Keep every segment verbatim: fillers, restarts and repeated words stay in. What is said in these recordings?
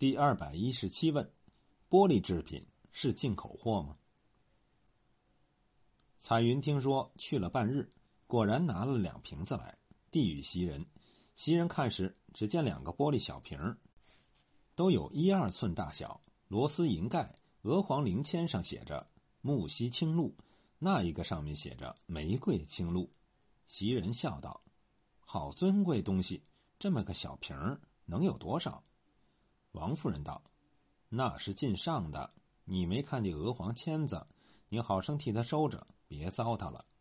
第二百一十七问：玻璃制品是进口货吗？彩云听说去了半日，果然拿了两瓶子来，递与袭人。袭人看时，只见两个玻璃小瓶，都有一二寸大小，螺丝银盖，鹅黄绫签上写着木樨青露，那一个上面写着玫瑰青露。袭人笑道：好尊贵东西，这么个小瓶能有多少？王夫人道：那是进上的，你没看见鹅黄签子，你好生替他收着，别糟蹋了。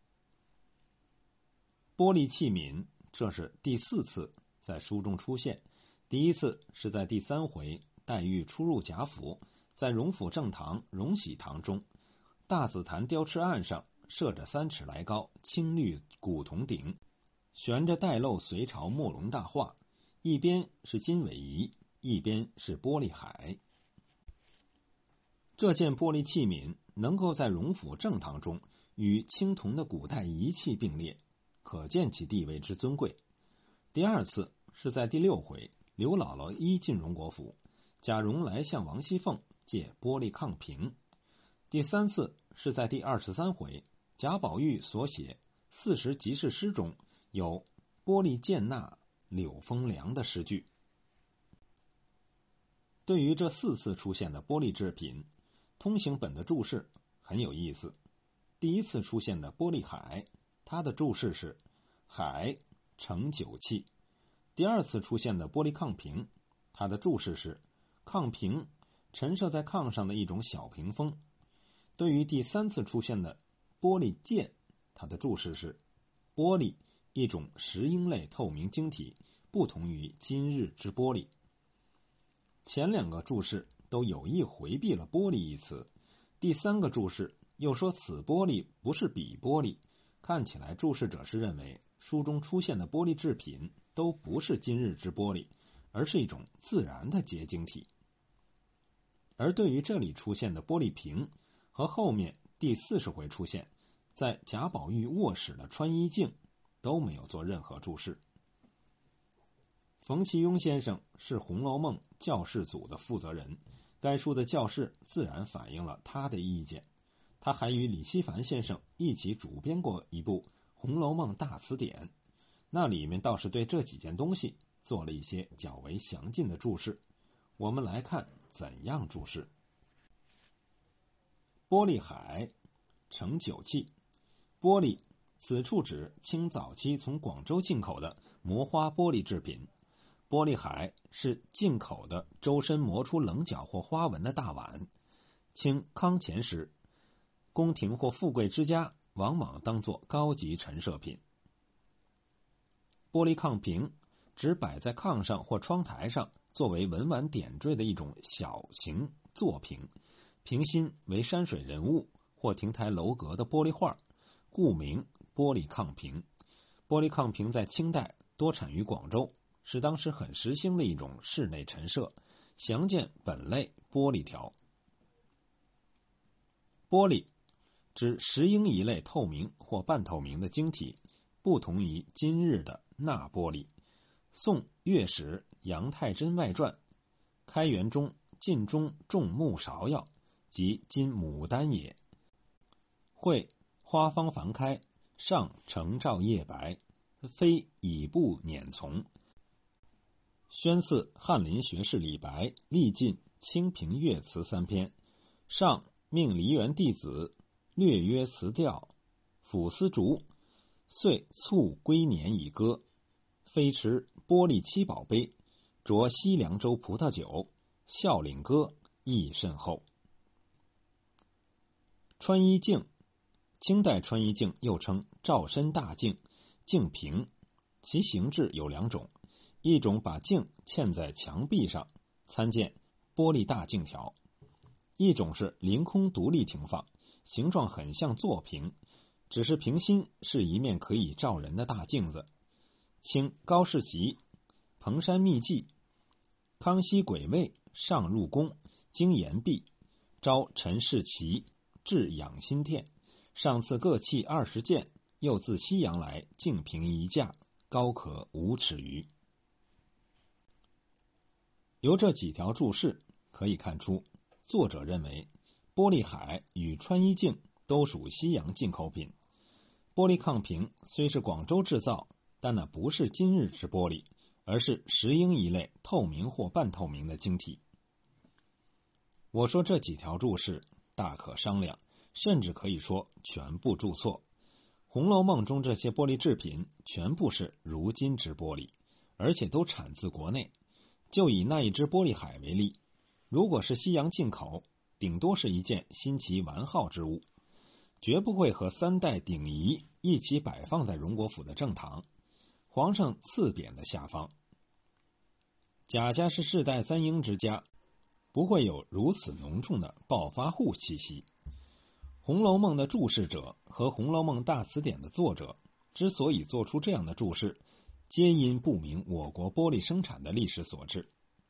玻璃器皿，这是第四次在书中出现，第一次是在第三回黛玉出入贾府，在荣府正堂荣禧堂中，大紫檀雕翅案上设着三尺来高青绿古铜鼎，悬着带漏隋朝墨龙大画，一边是金尾仪，一边是玻璃海。这件玻璃器皿能够在荣府正堂中与青铜的古代仪器并列，可见其地位之尊贵。第二次是在第六回刘姥姥一进荣国府，贾蓉来向王熙凤借玻璃炕瓶。第三次是在第二十三回贾宝玉所写四十集市诗中有玻璃见纳柳风凉的诗句。对于这四次出现的玻璃制品，通行本的注释很有意思。第一次出现的玻璃海，它的注释是海盛酒器。第二次出现的玻璃炕瓶，它的注释是炕瓶陈设在炕上的一种小屏风。对于第三次出现的玻璃剑，它的注释是玻璃一种石英类透明晶体，不同于今日之玻璃。前两个注释都有意回避了玻璃一词，第三个注释又说此玻璃不是彼玻璃，看起来注释者是认为书中出现的玻璃制品都不是今日之玻璃，而是一种自然的结晶体。而对于这里出现的玻璃瓶和后面第四十回出现在贾宝玉卧室的穿衣镜都没有做任何注释。冯其庸先生是《红楼梦》教室组的负责人，该书的教室自然反映了他的意见。他还与李希凡先生一起主编过一部《红楼梦大词典》，那里面倒是对这几件东西做了一些较为详尽的注释。我们来看怎样注释。玻璃海盛酒器，玻璃此处指清早期从广州进口的磨花玻璃制品。玻璃海是进口的周身磨出棱角或花纹的大碗，清康乾时宫廷或富贵之家往往当作高级陈设品。玻璃炕瓶指摆在炕上或窗台上作为文玩点缀的一种小型座瓶，瓶心为山水人物或亭台楼阁的玻璃画，故名玻璃炕瓶。玻璃炕瓶在清代多产于广州，是当时很时兴的一种室内陈设，详见本类玻璃条。玻璃指石英一类透明或半透明的晶体，不同于今日的钠玻璃。宋乐史杨太真外传开元中晋中种木芍药，即今牡丹也。会花芳繁开，上承照叶白，非以布碾从。宣祀翰林学士李白历尽清平乐词三篇，上命梨园弟子略约词调，抚丝竹，遂促归年以歌。飞持玻璃七宝杯，酌西凉州葡萄酒，笑领歌亦甚厚。穿衣镜，清代穿衣镜又称照身大镜、镜瓶，其形制有两种，一种把镜嵌在墙壁上，参见玻璃大镜条；一种是凌空独立停放，形状很像座瓶，只是瓶心是一面可以照人的大镜子。清高士奇彭山秘记，康熙癸未上入宫，经言毕，召陈士奇至养心殿，上赐各器二十件，又自西洋来镜瓶一架，高可五尺余。 由这几条注释可以看出，作者认为玻璃海与穿衣镜都属西洋进口品。玻璃抗瓶虽是广州制造，但那不是今日之玻璃，而是石英一类透明或半透明的晶体。我说这几条注释大可商量，甚至可以说全部注错。《红楼梦》中这些玻璃制品全部是如今之玻璃，而且都产自国内。就以那一只玻璃海为例，如果是西洋进口，顶多是一件新奇玩好之物，绝不会和三代鼎仪一起摆放在荣国府的正堂，皇上赐匾的下方。贾家是世代簪缨之家，不会有如此浓重的暴发户气息。《红楼梦》的注释者和《红楼梦大词典》的作者之所以做出这样的注释，皆因不明我国玻璃生产的历史所致。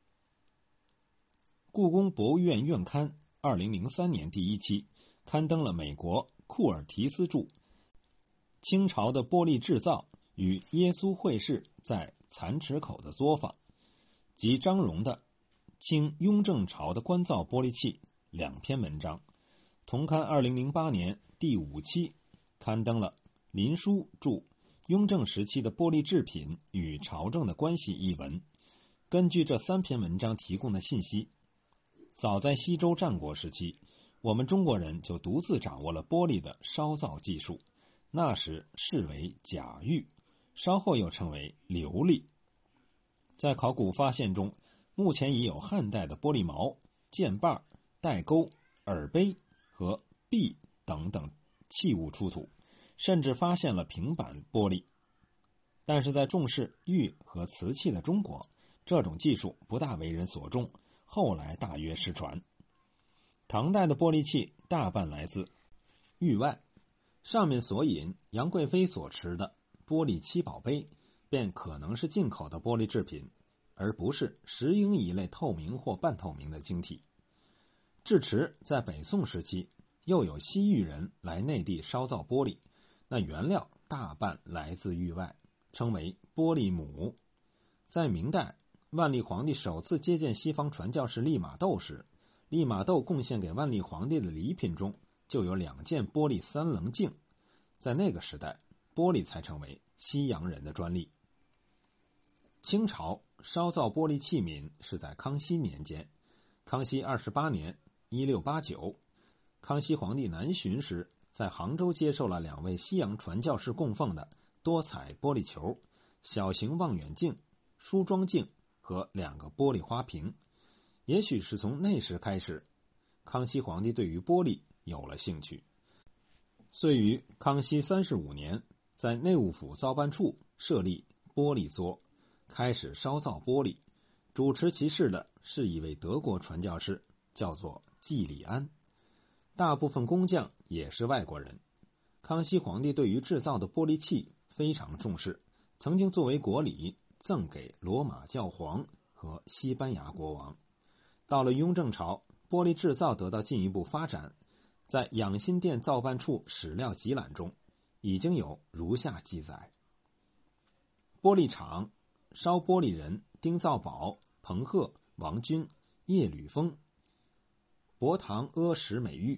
故宫博物院院刊二零零三年第一期刊登了美国库尔提斯著《清朝的玻璃制造与耶稣会士在蚕池口的作坊》，及张荣的《清雍正朝的官造玻璃器》两篇文章。同刊二零零八年第五期刊登了林书著雍正时期的玻璃制品与朝政的关系一文。根据这三篇文章提供的信息，早在西周战国时期，我们中国人就独自掌握了玻璃的烧造技术，那时视为甲玉，稍后又称为琉璃。在考古发现中，目前已有汉代的玻璃矛、剑把、带钩、耳杯和璧等等器物出土，甚至发现了平板玻璃。但是在重视玉和瓷器的中国，这种技术不大为人所重，后来大约失传。唐代的玻璃器大半来自域外，上面所引杨贵妃所持的玻璃七宝杯便可能是进口的玻璃制品，而不是石英一类透明或半透明的晶体。至迟在北宋时期，又有西域人来内地烧造玻璃，那原料大半来自域外，称为玻璃母。在明代，万历皇帝首次接见西方传教士利玛窦时，利玛窦贡献给万历皇帝的礼品中就有两件玻璃三棱镜。在那个时代，玻璃才成为西洋人的专利。清朝烧造玻璃器皿是在康熙年间，康熙二十八年一六八九，康熙皇帝南巡时，在杭州接受了两位西洋传教士供奉的多彩玻璃球、小型望远镜、梳妆镜和两个玻璃花瓶。也许是从那时开始，康熙皇帝对于玻璃有了兴趣，遂于康熙三十五年在内务府造办处设立玻璃作，开始烧造玻璃。主持其事的是一位德国传教士，叫做季礼安。大部分工匠也是外国人。康熙皇帝对于制造的玻璃器非常重视，曾经作为国礼赠给罗马教皇和西班牙国王。到了雍正朝，玻璃制造得到进一步发展。在养心殿造办处史料集览中，已经有如下记载：玻璃厂烧玻璃人丁造宝、彭鹤、王军、叶履峰、博堂阿石美玉，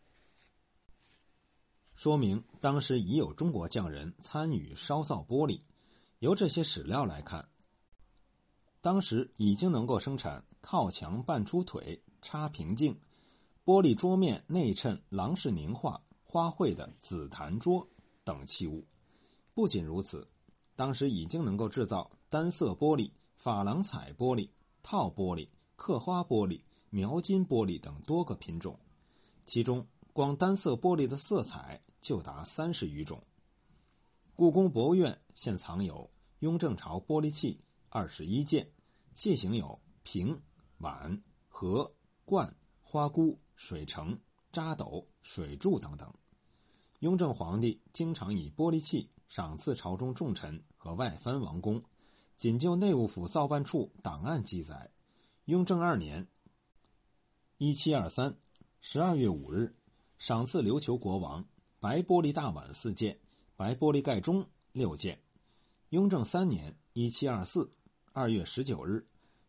说明当时已有中国匠人参与烧造玻璃。由这些史料来看，当时已经能够生产靠墙半出腿、插平镜、玻璃桌面内衬郎式凝画、花卉的紫檀桌等器物。不仅如此，当时已经能够制造单色玻璃、珐琅彩玻璃、套玻璃、刻花玻璃、描金玻璃等多个品种，其中光单色玻璃的色彩就达三十余种。故宫博物院现藏有雍正朝玻璃器二十一件，器型有瓶、碗、盒、罐、花箍、水盛、扎斗、水柱等等。雍正皇帝经常以玻璃器赏赐朝中重臣和外藩王公。仅就内务府造办处档案记载，雍正二年一七二三十二月五日，赏赐琉球国王白玻璃大碗四件，白玻璃盖钟六件。雍正三年一七二四二月十九日，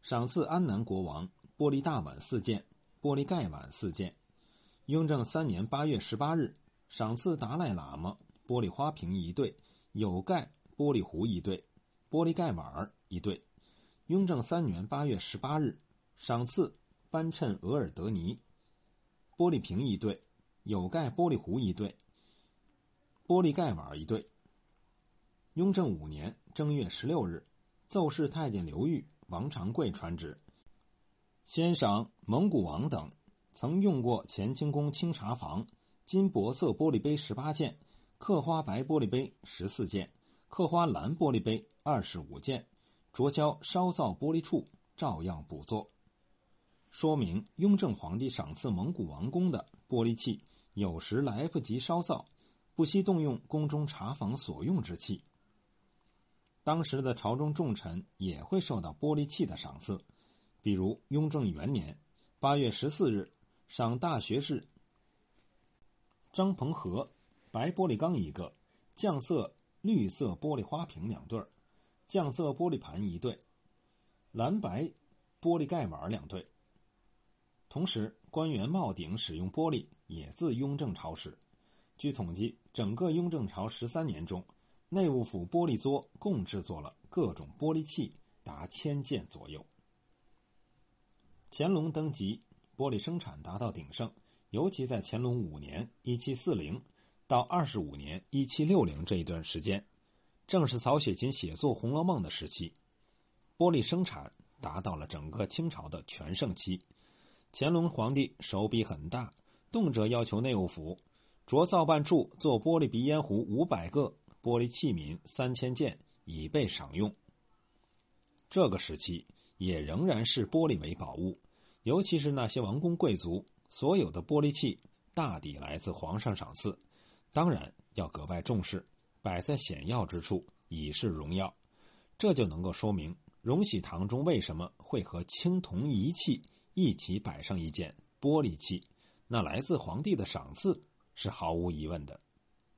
赏赐安南国王玻璃大碗四件，玻璃盖碗四件。雍正三年八月十八日，赏赐达赖喇嘛玻璃花瓶一对，有盖玻璃壶一对，玻璃盖碗一对。雍正三年八月十八日，赏赐班衬额尔德尼玻璃瓶一对，有盖玻璃壶一对，玻璃盖碗一对。雍正五年正月十六日，奏事太监刘裕、王长贵传旨，先赏蒙古王等曾用过乾清宫清茶房金箔色玻璃杯十八件，刻花白玻璃杯十四件，刻花蓝玻璃杯二十五件，着胶烧造玻璃处照样补作。说明雍正皇帝赏赐蒙古王宫的玻璃器有时来不及烧造，不惜动用宫中茶房所用之器。当时的朝中重臣也会受到玻璃器的赏赐，比如雍正元年八月十四日，赏大学士张鹏和白玻璃缸一个，酱色绿色玻璃花瓶两对，酱色玻璃盘一对，蓝白玻璃盖碗两对。同时，官员帽顶使用玻璃也自雍正朝始。据统计，整个雍正朝十三年中，内务府玻璃作共制作了各种玻璃器达千件左右。乾隆登基，玻璃生产达到鼎盛，尤其在乾隆五年一七四零到二十五年一七六零这一段时间，正是曹雪芹写作《红楼梦》的时期，玻璃生产达到了整个清朝的全盛期。乾隆皇帝手笔很大，动辄要求内务府着造办处做玻璃鼻烟壶五百个，玻璃器皿三千件，以备赏用。这个时期也仍然视玻璃为宝物，尤其是那些王公贵族，所有的玻璃器大抵来自皇上赏赐，当然要格外重视，摆在显要之处，以示荣耀。这就能够说明荣禧堂中为什么会和青铜仪器一起摆上一件玻璃器，那来自皇帝的赏赐是毫无疑问的。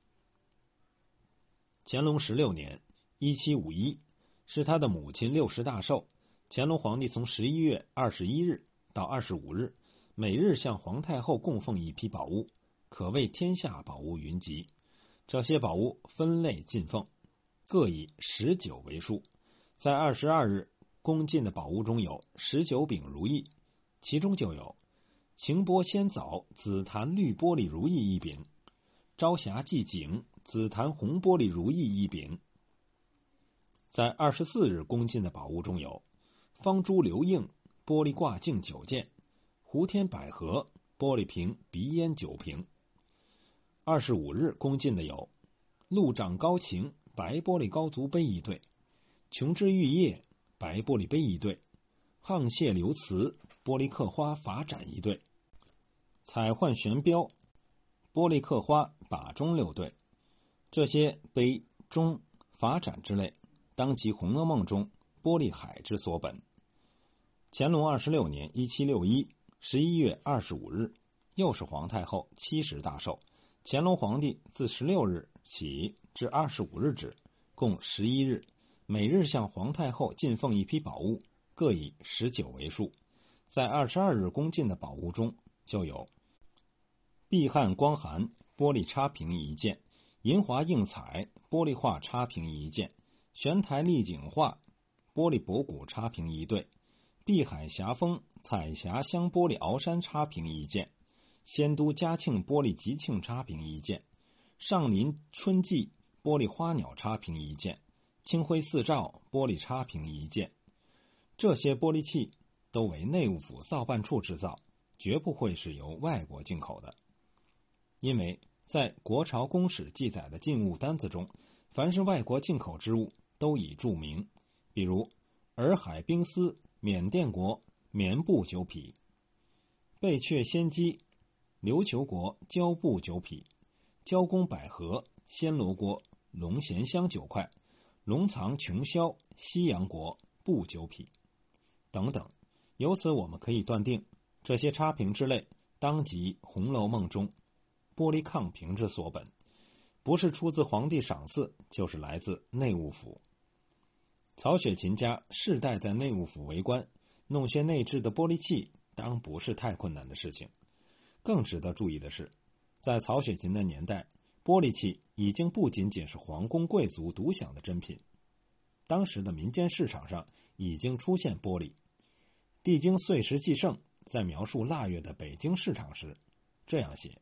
乾隆十六年一七五一是他的母亲六十大寿，乾隆皇帝从十一月二十一日到二十五日，每日向皇太后供奉一批宝物，可谓天下宝物云集。这些宝物分类进奉，各以十九为数。在二十二日供进的宝物中有十九柄如意，其中就有晴波仙藻紫檀绿玻璃如意一柄，朝霞霁景紫檀红玻璃如意一柄。在二十四日供进的宝物中有方珠流映玻璃挂镜九件，胡天百合玻璃瓶鼻烟九瓶。二十五日供进的有鹿掌高擎白玻璃高足杯一对，琼枝玉叶白玻璃杯一对，沆瀣流瓷玻璃刻花法盏一对，彩幻玄标玻璃刻花把钟六对。这些杯、钟、法盏之类，当及《红楼梦》中玻璃海之所本。乾隆二十六年一七六一十一月二十五日，又是皇太后七十大寿。乾隆皇帝自十六日起至二十五日止，共十一日，每日向皇太后进奉一批宝物，各以十九为数。在二十二日供进的宝物中，就有碧汉光寒玻璃插瓶一件，银华映彩玻璃画插瓶一件，玄台丽景画玻璃博古插瓶一对，碧海霞风彩霞香玻璃鳌山插瓶一件，仙都嘉庆玻璃吉庆插瓶一件，上林春季玻璃花鸟插瓶一件，清辉四照玻璃插瓶一件。这些玻璃器都为内务府造办处制造，绝不会是由外国进口的。因为在国朝公史记载的进物单子中，凡是外国进口之物都已注明，比如洱海冰丝缅甸国棉布九匹，贝阙仙鸡琉球国胶布九匹，交宫百合暹罗国龙涎香九块，龙藏琼霄西洋国布九匹等等。由此我们可以断定，这些插瓶之类当即《红楼梦》中玻璃抗瓶之所本，不是出自皇帝赏赐，就是来自内务府。曹雪芹家世代在内务府为官， 弄些内置的玻璃器当不是太困难的事情。更值得注意的是，在曹雪芹的年代，玻璃器已经不仅仅是皇宫贵族独享的珍品，当时的民间市场上已经出现玻璃。帝京岁时记胜在描述腊月的北京市场时这样写：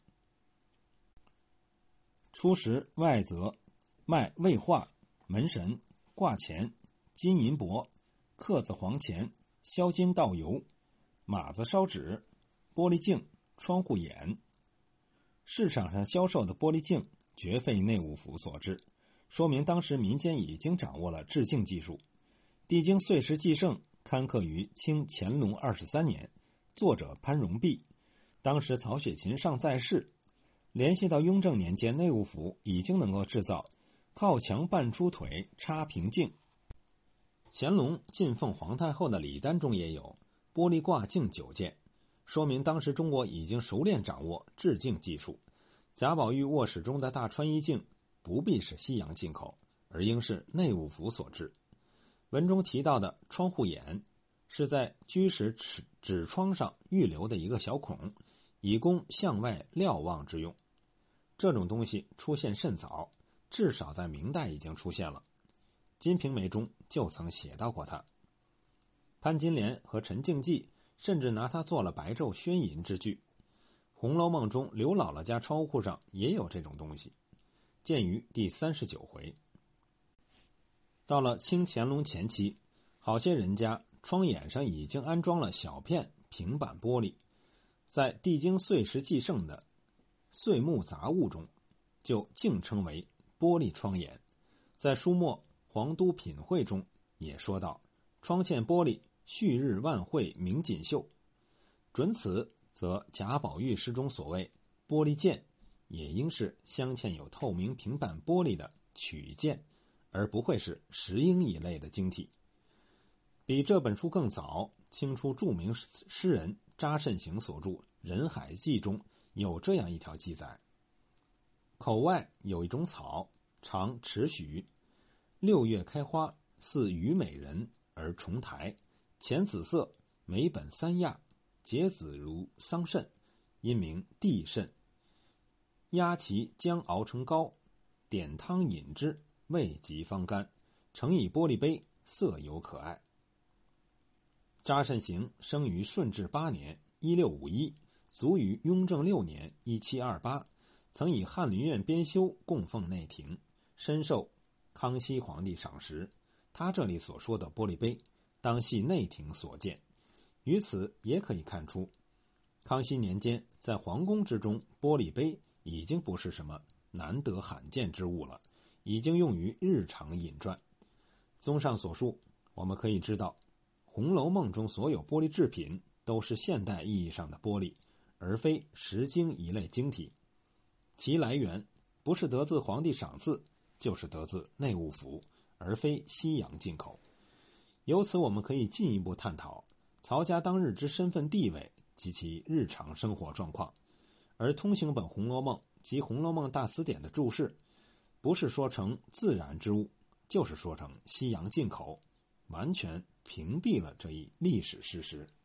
初时外则卖魏画、门神、挂钱、金银箔、刻字黄钱、销金道油、马子烧纸、玻璃镜、窗户眼。市场上销售的玻璃镜绝非内务府所制，说明当时民间已经掌握了制镜技术。帝京岁时记胜刊刻于清乾隆二十三年，作者潘荣弼。当时曹雪芹尚在世，联系到雍正年间，内务府已经能够制造靠墙半出腿插平镜。乾隆进奉皇太后的礼单中也有玻璃挂镜九件，说明当时中国已经熟练掌握制镜技术。贾宝玉卧室中的大穿衣镜不必是西洋进口，而应是内务府所制。文中提到的窗户眼是在居室纸窗上预留的一个小孔，以供向外瞭望之用。这种东西出现甚早，至少在明代已经出现了，《金瓶梅》中就曾写到过它。潘金莲和陈静济甚至拿它做了白昼宣淫之句。《红楼梦》中刘姥姥家窗户上也有这种东西，见于第三十九回。到了清乾隆前期，好些人家窗眼上已经安装了小片平板玻璃，在帝京岁时记胜的岁暮杂物中就竟称为玻璃窗眼。在书末皇都品会中也说到，窗嵌玻璃旭日万会明锦绣，准此则贾宝玉诗中所谓玻璃件也应是镶嵌有透明平板玻璃的曲件，而不会是石英一类的晶体。比这本书更早，清初著名诗人查慎行所著《人海记》中有这样一条记载：口外有一种草，长尺许，六月开花，似虞美人而重台，浅紫色，每本三亚，结子如桑葚，因名地葚。压其将熬成膏，点汤饮之，味极方甘，盛以玻璃杯，色尤可爱。查慎行生于顺治八年一六五一，卒于雍正六年一七二八，曾以翰林院编修供奉内廷，深受康熙皇帝赏识。他这里所说的玻璃杯，当系内廷所建。于此也可以看出，康熙年间在皇宫之中，玻璃杯已经不是什么难得罕见之物了，已经用于日常饮馔。综上所述，我们可以知道，《红楼梦》中所有玻璃制品都是现代意义上的玻璃，而非石晶一类晶体。其来源不是得自皇帝赏赐，就是得自内务府，而非西洋进口。由此我们可以进一步探讨曹家当日之身份地位及其日常生活状况。而通行本《红楼梦》及《红楼梦大词典》的注释，不是说成自然之物，就是说成西洋进口，完全屏蔽了这一历史事实。